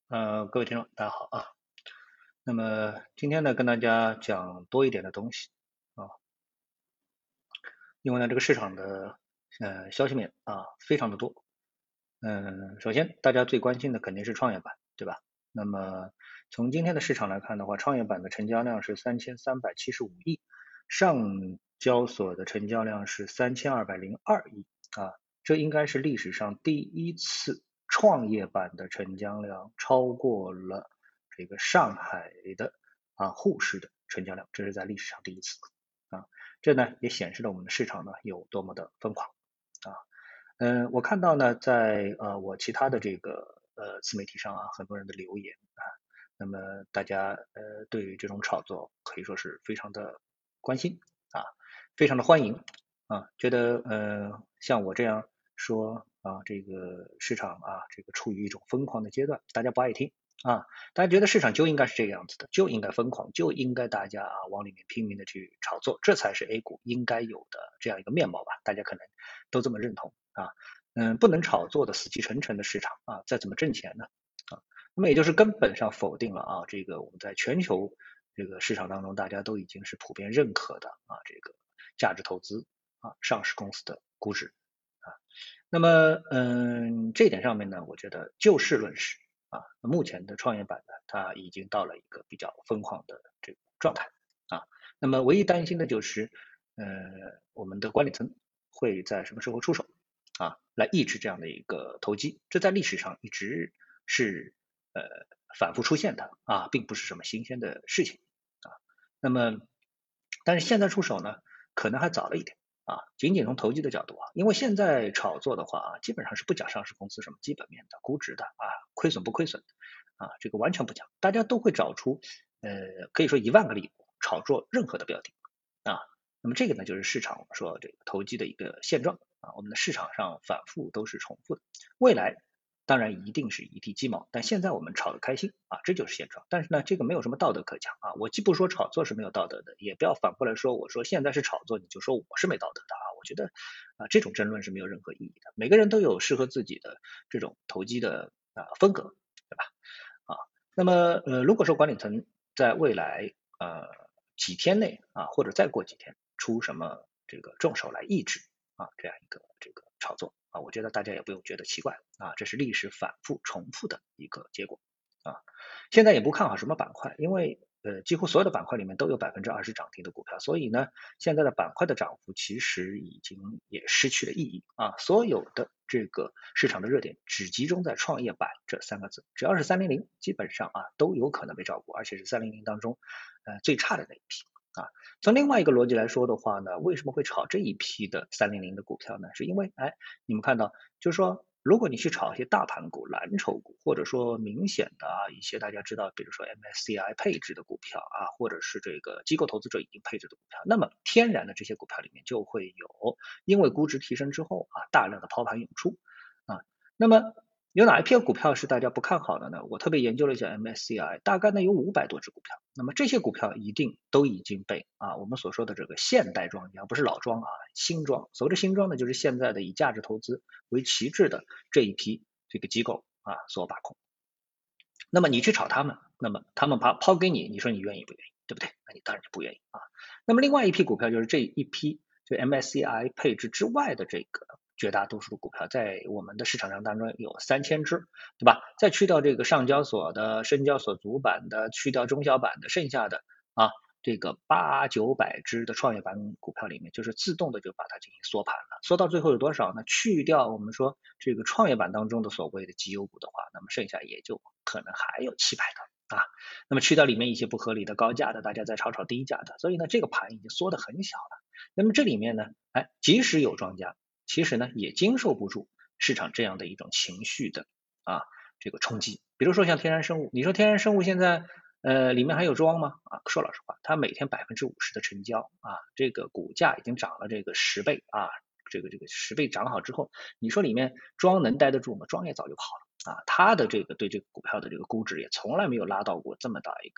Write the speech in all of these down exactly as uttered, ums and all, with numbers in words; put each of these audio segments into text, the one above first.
呃，各位听众，大家好啊。那么今天呢，跟大家讲多一点的东西啊，因为呢，这个市场的呃消息面啊非常的多。嗯，首先大家最关心的肯定是创业板，对吧？那么从今天的市场来看的话，创业板的成交量是三千三百七十五亿，上交所的成交量是三千二百零二亿啊，这应该是历史上第一次创业板的成交量超过了这个上海的啊沪市的成交量，这是在历史上第一次啊。这呢也显示了我们的市场呢有多么的疯狂啊。嗯，我看到呢，在呃我其他的这个呃自媒体上啊，很多人的留言啊，那么大家呃对于这种炒作可以说是非常的关心啊，非常的欢迎啊，觉得呃像我这样说啊，这个市场啊，这个处于一种疯狂的阶段，大家不爱听啊，大家觉得市场就应该是这个样子的，就应该疯狂，就应该大家啊往里面拼命的去炒作，这才是 A 股应该有的这样一个面貌吧，大家可能都这么认同啊。嗯，不能炒作的死气沉沉的市场啊，再怎么挣钱呢？啊，那么也就是根本上否定了啊，这个我们在全球这个市场当中，大家都已经是普遍认可的啊，这个价值投资啊，上市公司的估值啊。那么，嗯，这一点上面呢，我觉得就事论事啊。目前的创业板呢，它已经到了一个比较疯狂的这个状态啊。那么，唯一担心的就是，呃，我们的管理层会在什么时候出手啊，来抑制这样的一个投机？这在历史上一直是呃反复出现的啊，并不是什么新鲜的事情啊。那么，但是现在出手呢，可能还早了一点。啊，仅仅从投机的角度啊，因为现在炒作的话啊，基本上是不讲上市公司什么基本面的、估值的啊，亏损不亏损啊，这个完全不讲，大家都会找出呃，可以说一万个理由炒作任何的标的啊。那么这个呢，就是市场我们说这个投机的一个现状啊，我们的市场上反复都是重复的，未来当然一定是一地鸡毛，但现在我们炒得开心啊，这就是现状。但是呢，这个没有什么道德可讲啊。我既不说炒作是没有道德的，也不要反过来说我说现在是炒作，你就说我是没道德的啊。我觉得啊，这种争论是没有任何意义的。每个人都有适合自己的这种投机的啊风格，对吧？啊，那么呃，如果说管理层在未来呃几天内啊，或者再过几天出什么这个重手来抑制啊这样一个这个炒作啊，我觉得大家也不用觉得奇怪啊，这是历史反复重复的一个结果啊。现在也不看好什么板块，因为呃几乎所有的板块里面都有百分之二十涨停的股票，所以呢，现在的板块的涨幅其实已经也失去了意义啊。所有的这个市场的热点只集中在创业板这三个字，只要是三零零，基本上啊都有可能被照顾，而且是三零零当中呃最差的那一批。啊，从另外一个逻辑来说的话呢，为什么会炒这一批的三零零的股票呢？是因为，哎，你们看到，就是说，如果你去炒一些大盘股、蓝筹股，或者说明显的啊一些大家知道，比如说 M S C I 配置的股票啊，或者是这个机构投资者已经配置的股票，那么天然的这些股票里面就会有，因为估值提升之后啊，大量的抛盘涌出啊，那么有哪一批股票是大家不看好的呢？我特别研究了一下 M S C I，大概呢有五百多只股票。那么这些股票一定都已经被啊我们所说的这个现代庄家，不是老庄啊，新庄。所谓的新庄呢，就是现在的以价值投资为旗帜的这一批这个机构啊所把控。那么你去炒他们，那么他们抛抛给你，你说你愿意不愿意？对不对？那你当然就不愿意啊。那么另外一批股票就是这一批就 M S C I 配置之外的这个绝大多数的股票，在我们的市场上当中有三千只，对吧？再去掉这个上交所的、深交所主板的，去掉中小板的，剩下的啊这个八九百只的创业板股票里面，就是自动的就把它进行缩盘了。缩到最后有多少呢？去掉我们说这个创业板当中的所谓的绩优股的话，那么剩下也就可能还有七百个啊。那么去掉里面一些不合理的高价的，大家再炒炒低价的，所以呢，这个盘已经缩得很小了。那么这里面呢，哎，即使有庄家，其实呢也经受不住市场这样的一种情绪的啊这个冲击。比如说像天然生物，你说天然生物现在呃里面还有庄吗？啊，说老实话，它每天百分之五十的成交啊，这个股价已经涨了这个十倍啊，这个这个十倍涨好之后，你说里面庄能待得住吗？庄也早就跑了。啊，它的这个对这个股票的这个估值也从来没有拉到过这么大一个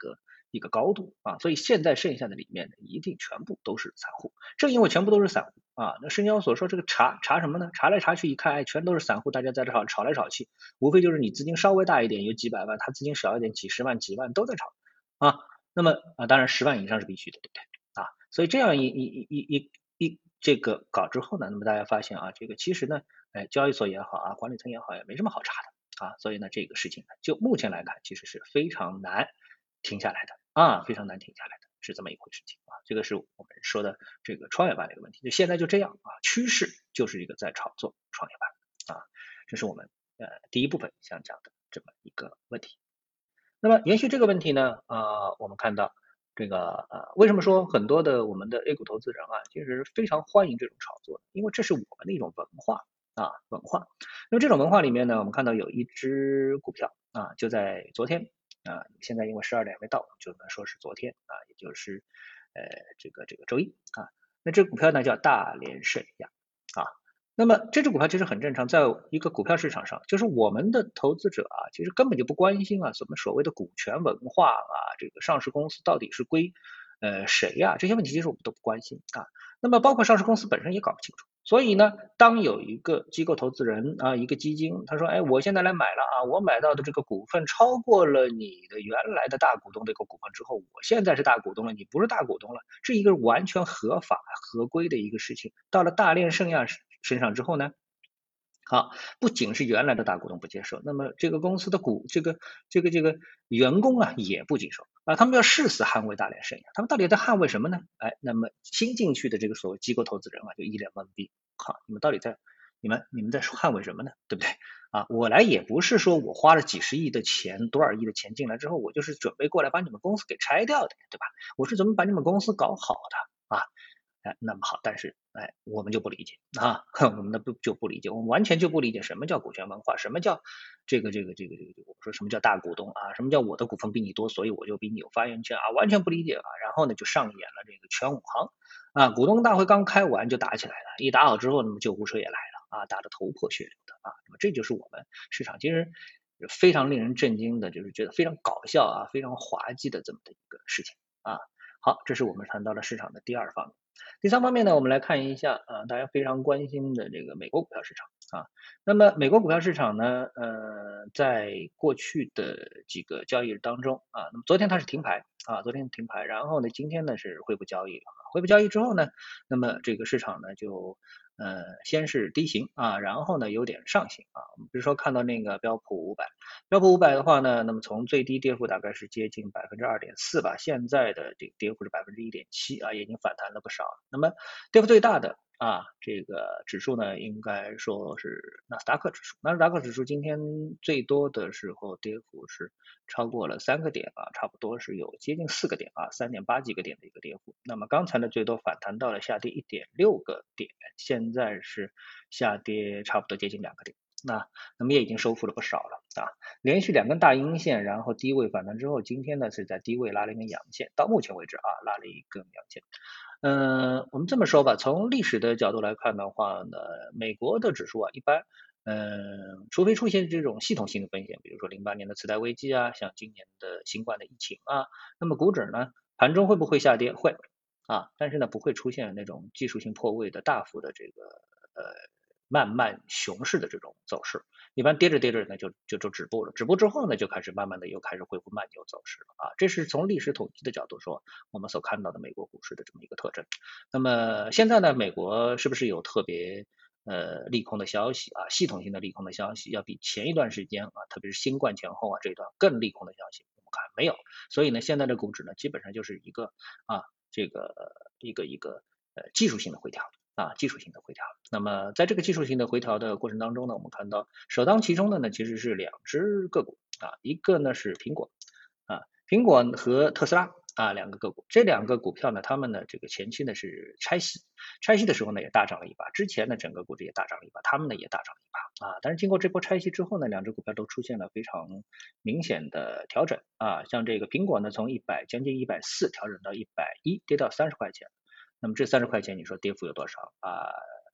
一个高度啊，所以现在剩下的里面呢，一定全部都是散户。正因为全部都是散户啊，那深交所说这个查查什么呢？查来查去一看，哎，全都是散户，大家在这炒炒来炒去，无非就是你资金稍微大一点，有几百万，他资金小一点，几十万、几万都在炒啊。那么啊，当然十万以上是必须的，对不对啊？所以这样一一一一一一这个搞之后呢，那么大家发现啊，这个其实呢，哎，交易所也好啊，管理层也好，也没什么好查的啊。所以呢，这个事情呢，就目前来看，其实是非常难停下来的啊，非常难停下来的，是这么一回事情啊。这个是我们说的这个创业板的一个问题，就现在就这样啊，趋势就是一个在炒作创业板啊，这是我们呃第一部分想讲的这么一个问题。那么延续这个问题呢，呃，我们看到这个呃，为什么说很多的我们的 A 股投资人啊，其实非常欢迎这种炒作？因为这是我们的一种文化啊，文化。那么这种文化里面呢，我们看到有一只股票啊，就在昨天啊，现在因为十二点还没到，就能说是昨天啊，也就是呃这个这个周一啊，那这股票呢叫大连盛亚啊。那么这只股票其实很正常，在一个股票市场上，就是我们的投资者啊，其实根本就不关心啊，什么所谓的股权文化啊，这个上市公司到底是归呃谁呀、啊，这些问题其实我们都不关心啊。那么包括上市公司本身也搞不清楚。所以呢，当有一个机构投资人啊，一个基金，他说，哎，我现在来买了啊，我买到的这个股份超过了你的原来的大股东这个股份之后，我现在是大股东了，你不是大股东了，是一个完全合法合规的一个事情。到了大链盛亚身上之后呢，好，不仅是原来的大股东不接受，那么这个公司的股，这个这个这个员工啊也不接受啊，他们要誓死捍卫大连盛亚，他们到底在捍卫什么呢？哎，那么新进去的这个所谓机构投资人啊，就一脸懵逼，好，你们到底在你们你们在捍卫什么呢？对不对？啊，我来也不是说我花了几十亿的钱，多少亿的钱进来之后，我就是准备过来把你们公司给拆掉的，对吧？我是怎么把你们公司搞好的啊？哎，那么好，但是哎，我们就不理解啊，我们的不就不理解，我们完全就不理解什么叫股权文化，什么叫这个这个这个这个，我们说什么叫大股东啊，什么叫我的股份比你多，所以我就比你有发言权啊，完全不理解啊。然后呢，就上演了这个全武行啊，股东大会刚开完就打起来了，一打好之后，那么救护车也来了啊，打得头破血流的啊，那么这就是我们市场其实非常令人震惊的，就是觉得非常搞笑啊，非常滑稽的这么的一个事情啊。好，这是我们谈到了市场的第二方面。第三方面呢，我们来看一下啊，大家非常关心的这个美国股票市场啊。那么美国股票市场呢，呃，在过去的几个交易日当中啊，那么昨天它是停牌啊，昨天停牌，然后呢，今天呢是恢复交易啊，恢复交易之后呢，那么这个市场呢就呃先是低行啊，然后呢有点上行啊。我们比如说看到那个标普五百，标普五百的话呢，那么从最低跌幅大概是接近百分之二点四吧，现在的这个跌幅是百分之一点七啊，也已经反弹了不少了。那么跌幅最大的啊，这个指数呢，应该说是纳斯达克指数。纳斯达克指数今天最多的时候跌幅是超过了三个点啊，差不多是有接近四个点啊，三点八几个点的一个跌幅。那么刚才呢，最多反弹到了下跌一点六个点，现在是下跌差不多接近两个点。那那么也已经收复了不少了啊，连续两根大阴线，然后低位反弹之后，今天呢是在低位拉了一根阳线，到目前为止啊拉了一根阳线。嗯，我们这么说吧，从历史的角度来看的话呢，美国的指数啊一般，嗯，除非出现这种系统性的风险，比如说零八年的次贷危机啊，像今年的新冠的疫情啊，那么股指呢盘中会不会下跌？会啊，但是呢不会出现那种技术性破位的大幅的这个呃慢慢熊市的这种走势，一般跌着跌着呢就就就止步了，止步之后呢就开始慢慢的又开始恢复慢牛走势了啊，这是从历史统计的角度说我们所看到的美国股市的这么一个特征。那么现在呢，美国是不是有特别呃利空的消息啊？系统性的利空的消息要比前一段时间啊，特别是新冠前后啊这一段更利空的消息，我们看没有。所以呢，现在的股指呢基本上就是一个啊这个一个一个呃技术性的回调。啊，技术性的回调。那么在这个技术性的回调的过程当中呢，我们看到首当其冲的呢其实是两只个股啊，一个呢是苹果啊，苹果和特斯拉啊两个个股，这两个股票呢，它们呢这个前期呢是拆息，拆息的时候呢也大涨了一把，之前呢整个股指也大涨了一把，它们呢也大涨了一把啊，但是经过这波拆息之后呢，两只股票都出现了非常明显的调整啊，像这个苹果呢从一百将近一百四调整到一百一，跌到三十块钱。那么这三十块钱，你说跌幅有多少啊？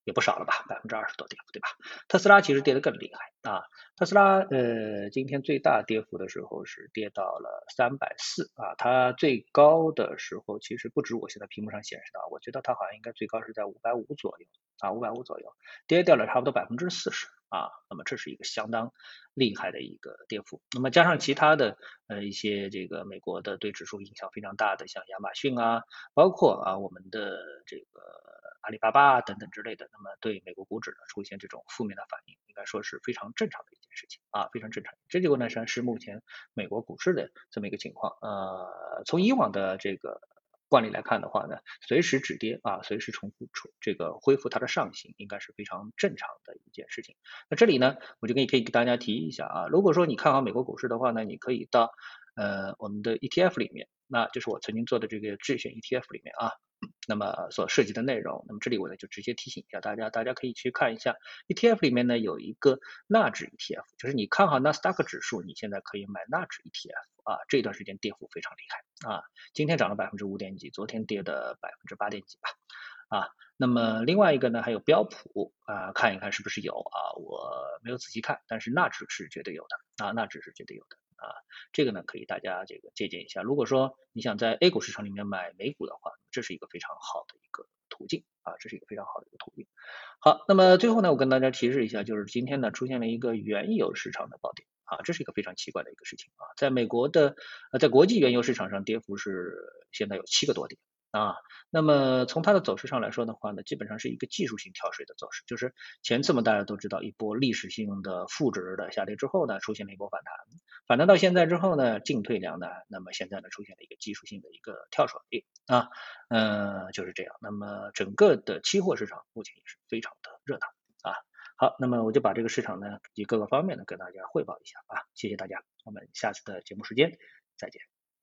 也不少了吧，百分之二十多跌幅，对吧？特斯拉其实跌得更厉害啊，特斯拉呃今天最大跌幅的时候是跌到了三百四啊，它最高的时候其实不止我现在屏幕上显示的，我觉得它好像应该最高是在五百五左右啊，五百五左右，跌掉了差不多百分之四十啊，那么这是一个相当厉害的一个跌幅。那么加上其他的呃一些这个美国的对指数影响非常大的，像亚马逊啊，包括啊我们的这个阿里巴巴啊等等之类的，那么对美国股指呢出现这种负面的反应，应该说是非常正常的一件事情啊，非常正常。这就呢是目前美国股市的这么一个情况。呃，从以往的这个惯例来看的话呢，随时止跌啊，随时重复出这个恢复它的上行，应该是非常正常的一件事情。那这里呢，我就可以可以给大家提一下啊，如果说你看好美国股市的话呢，你可以到呃我们的 E T F 里面，那就是我曾经做的这个智选 E T F 里面啊。那么所涉及的内容，那么这里我呢就直接提醒一下大家，大家可以去看一下 E T F 里面呢有一个纳指 E T F，就是你看好纳斯达克指数，你现在可以买纳指 E T F 啊，这段时间跌幅非常厉害啊，今天涨了百分之五点几，昨天跌的百分之八点几吧啊。那么另外一个呢，还有标普啊，看一看是不是有啊？我没有仔细看，但是纳指是绝对有的啊，纳指是绝对有的啊。这个呢，可以大家这个借鉴一下。如果说你想在 A 股市场里面买美股的话，这是一个非常好的一个途径啊，这是一个非常好的一个途径。好，那么最后呢，我跟大家提示一下，就是今天呢出现了一个原油市场的暴跌啊，这是一个非常奇怪的一个事情啊，在美国的呃，在国际原油市场上跌幅是现在有七个多点。啊，那么从它的走势上来说的话呢，基本上是一个技术性跳水的走势，就是前次嘛大家都知道一波历史性的负值的下跌之后呢，出现了一波反弹，反弹到现在之后呢，进退两难，那么现在呢出现了一个技术性的一个跳水啊，呃就是这样，那么整个的期货市场目前也是非常的热闹啊。好，那么我就把这个市场呢以各个方面呢跟大家汇报一下啊，谢谢大家，我们下次的节目时间再见。